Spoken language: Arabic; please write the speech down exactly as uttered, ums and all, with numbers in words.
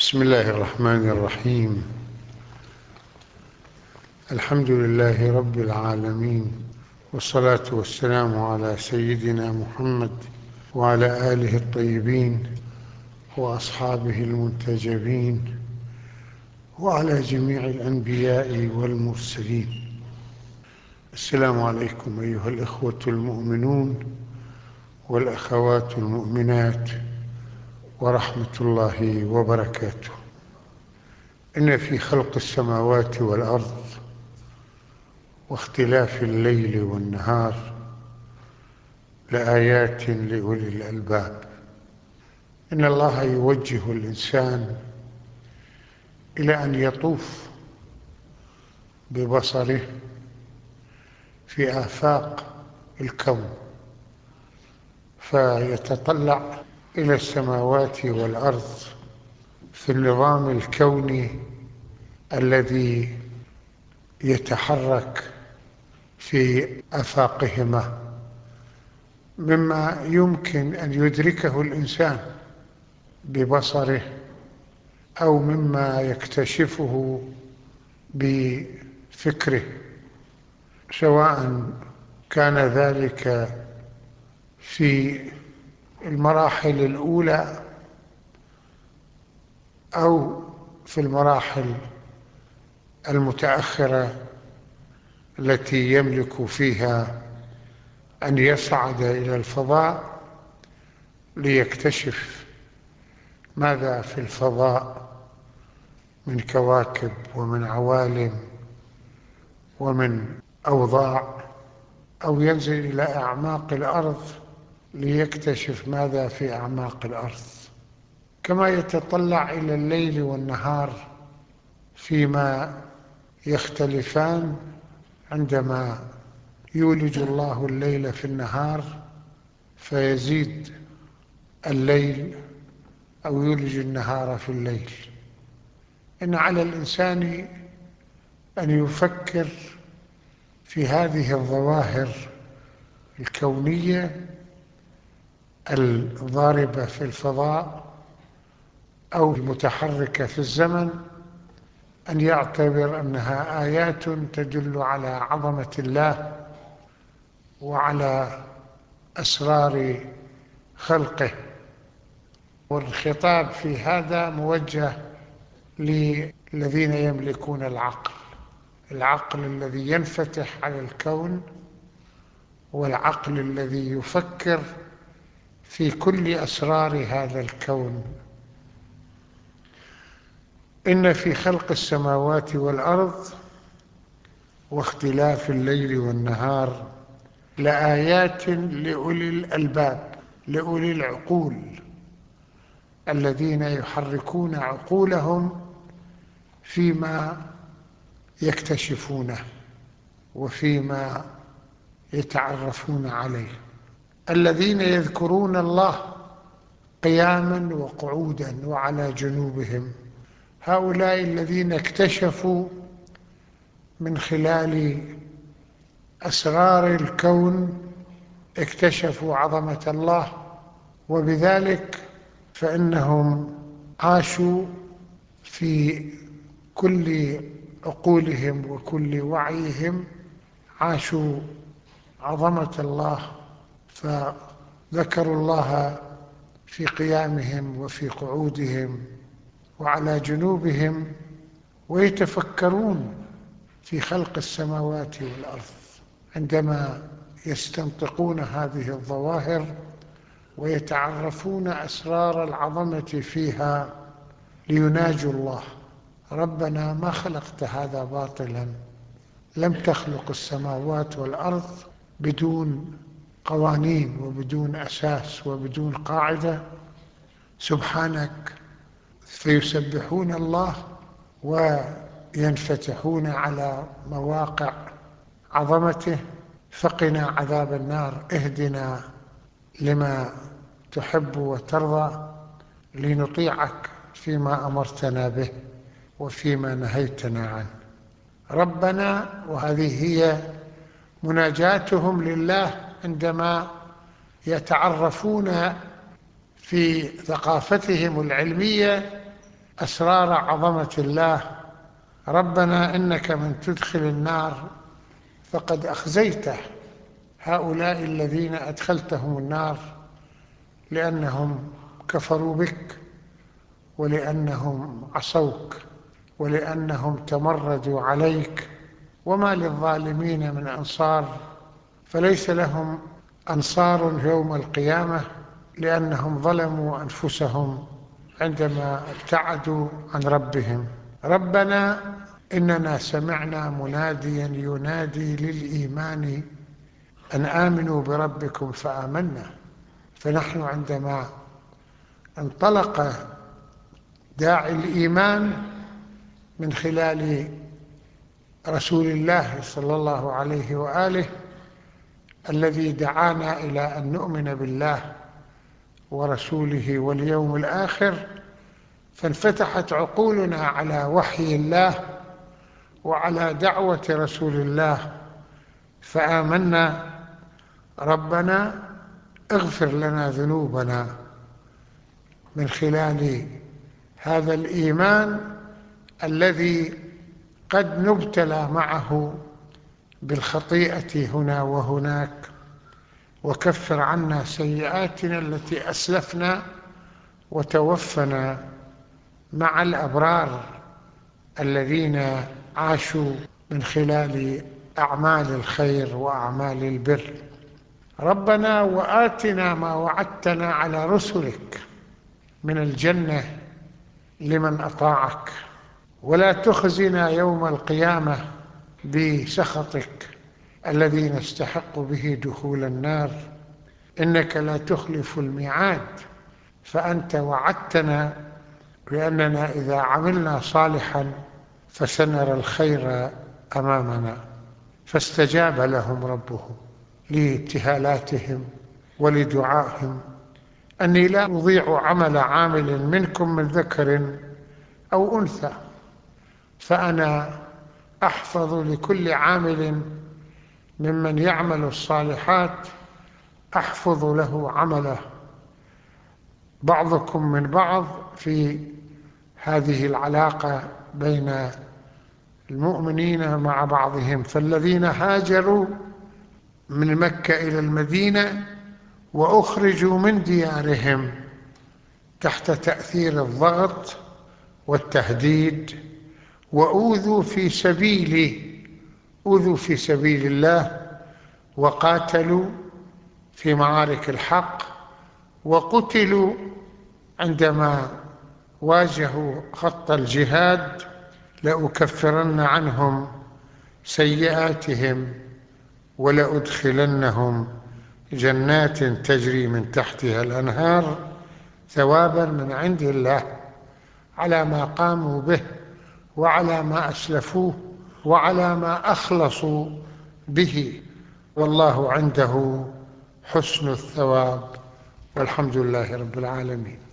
بسم الله الرحمن الرحيم. الحمد لله رب العالمين، والصلاة والسلام على سيدنا محمد وعلى آله الطيبين وأصحابه المنتجبين وعلى جميع الأنبياء والمرسلين. السلام عليكم أيها الإخوة المؤمنون والأخوات المؤمنات ورحمة الله وبركاته. إن في خلق السماوات والأرض واختلاف الليل والنهار لآيات لأولي الألباب. إن الله يوجه الإنسان إلى أن يطوف ببصره في آفاق الكون، فيتطلع إلى السماوات والأرض في النظام الكوني الذي يتحرك في آفاقهما، مما يمكن أن يدركه الإنسان ببصره أو مما يكتشفه بفكره، سواء كان ذلك في المراحل الأولى أو في المراحل المتأخرة التي يملك فيها أن يصعد إلى الفضاء ليكتشف ماذا في الفضاء من كواكب ومن عوالم ومن أوضاع، أو ينزل إلى أعماق الأرض ليكتشف ماذا في أعماق الأرض. كما يتطلع إلى الليل والنهار فيما يختلفان عندما يولج الله الليل في النهار فيزيد الليل، أو يولج النهار في الليل. إن على الإنسان أن يفكر في هذه الظواهر الكونية الضاربة في الفضاء أو المتحركة في الزمن، أن يعتبر أنها آيات تدل على عظمة الله وعلى أسرار خلقه. والخطاب في هذا موجه للذين يملكون العقل، العقل الذي ينفتح على الكون، والعقل الذي يفكر في كل أسرار هذا الكون. إن في خلق السماوات والأرض واختلاف الليل والنهار لآيات لأولي الألباب، لأولي العقول، الذين يحركون عقولهم فيما يكتشفونه وفيما يتعرفون عليه، الذين يذكرون الله قياما وقعودا وعلى جنوبهم. هؤلاء الذين اكتشفوا من خلال أسرار الكون، اكتشفوا عظمة الله، وبذلك فإنهم عاشوا في كل عقولهم وكل وعيهم، عاشوا عظمة الله، فذكروا الله في قيامهم وفي قعودهم وعلى جنوبهم، ويتفكرون في خلق السماوات والأرض عندما يستنطقون هذه الظواهر ويتعرفون أسرار العظمة فيها ليناجوا الله. ربنا ما خلقت هذا باطلا، لم تخلق السماوات والأرض بدون قوانين وبدون أساس وبدون قاعدة، سبحانك. فيسبحون الله وينفتحون على مواقع عظمته. فقنا عذاب النار، اهدنا لما تحب وترضى، لنطيعك فيما أمرتنا به وفيما نهيتنا عنه. ربنا، وهذه هي مناجاتهم لله عندما يتعرفون في ثقافتهم العلمية أسرار عظمة الله. ربنا إنك من تدخل النار فقد أخزيته هؤلاء الذين أدخلتهم النار لأنهم كفروا بك ولأنهم عصوك ولأنهم تمردوا عليك، وما للظالمين من أنصار. فليس لهم أنصار يوم القيامة لأنهم ظلموا أنفسهم عندما ابتعدوا عن ربهم. ربنا إننا سمعنا مناديا ينادي للإيمان أن آمنوا بربكم فآمنا. فنحن عندما انطلق داعي الإيمان من خلال رسول الله صلى الله عليه وآله الذي دعانا إلى أن نؤمن بالله ورسوله واليوم الآخر، فانفتحت عقولنا على وحي الله وعلى دعوة رسول الله فآمنا. ربنا اغفر لنا ذنوبنا من خلال هذا الإيمان الذي قد نبتلى معه بالخطيئة هنا وهناك، وكفر عنا سيئاتنا التي أسلفنا وتوفنا مع الأبرار الذين عاشوا من خلال أعمال الخير وأعمال البر. ربنا وآتنا ما وعدتنا على رسلك من الجنة لمن أطاعك، ولا تخزنا يوم القيامة بسخطك الذي نستحق به دخول النار، إنك لا تخلف الميعاد. فأنت وعدتنا بأننا إذا عملنا صالحا فسنرى الخير أمامنا. فاستجاب لهم ربهم لابتهالاتهم ولدعائهم أني لا أضيع عمل عامل منكم من ذكر أو أنثى، فأنا أحفظ لكل عامل ممن يعمل الصالحات أحفظ له عمله، بعضكم من بعض في هذه العلاقة بين المؤمنين مع بعضهم. فالذين هاجروا من مكة إلى المدينة وأخرجوا من ديارهم تحت تأثير الضغط والتهديد وأوذوا في سبيلي أوذوا في سبيل الله وقاتلوا في معارك الحق وقتلوا عندما واجهوا خط الجهاد، لأكفرن عنهم سيئاتهم ولأدخلنهم جنات تجري من تحتها الأنهار ثوابا من عند الله على ما قاموا به وعلى ما أسلفوه وعلى ما أخلصوا به، والله عنده حسن الثواب، والحمد لله رب العالمين.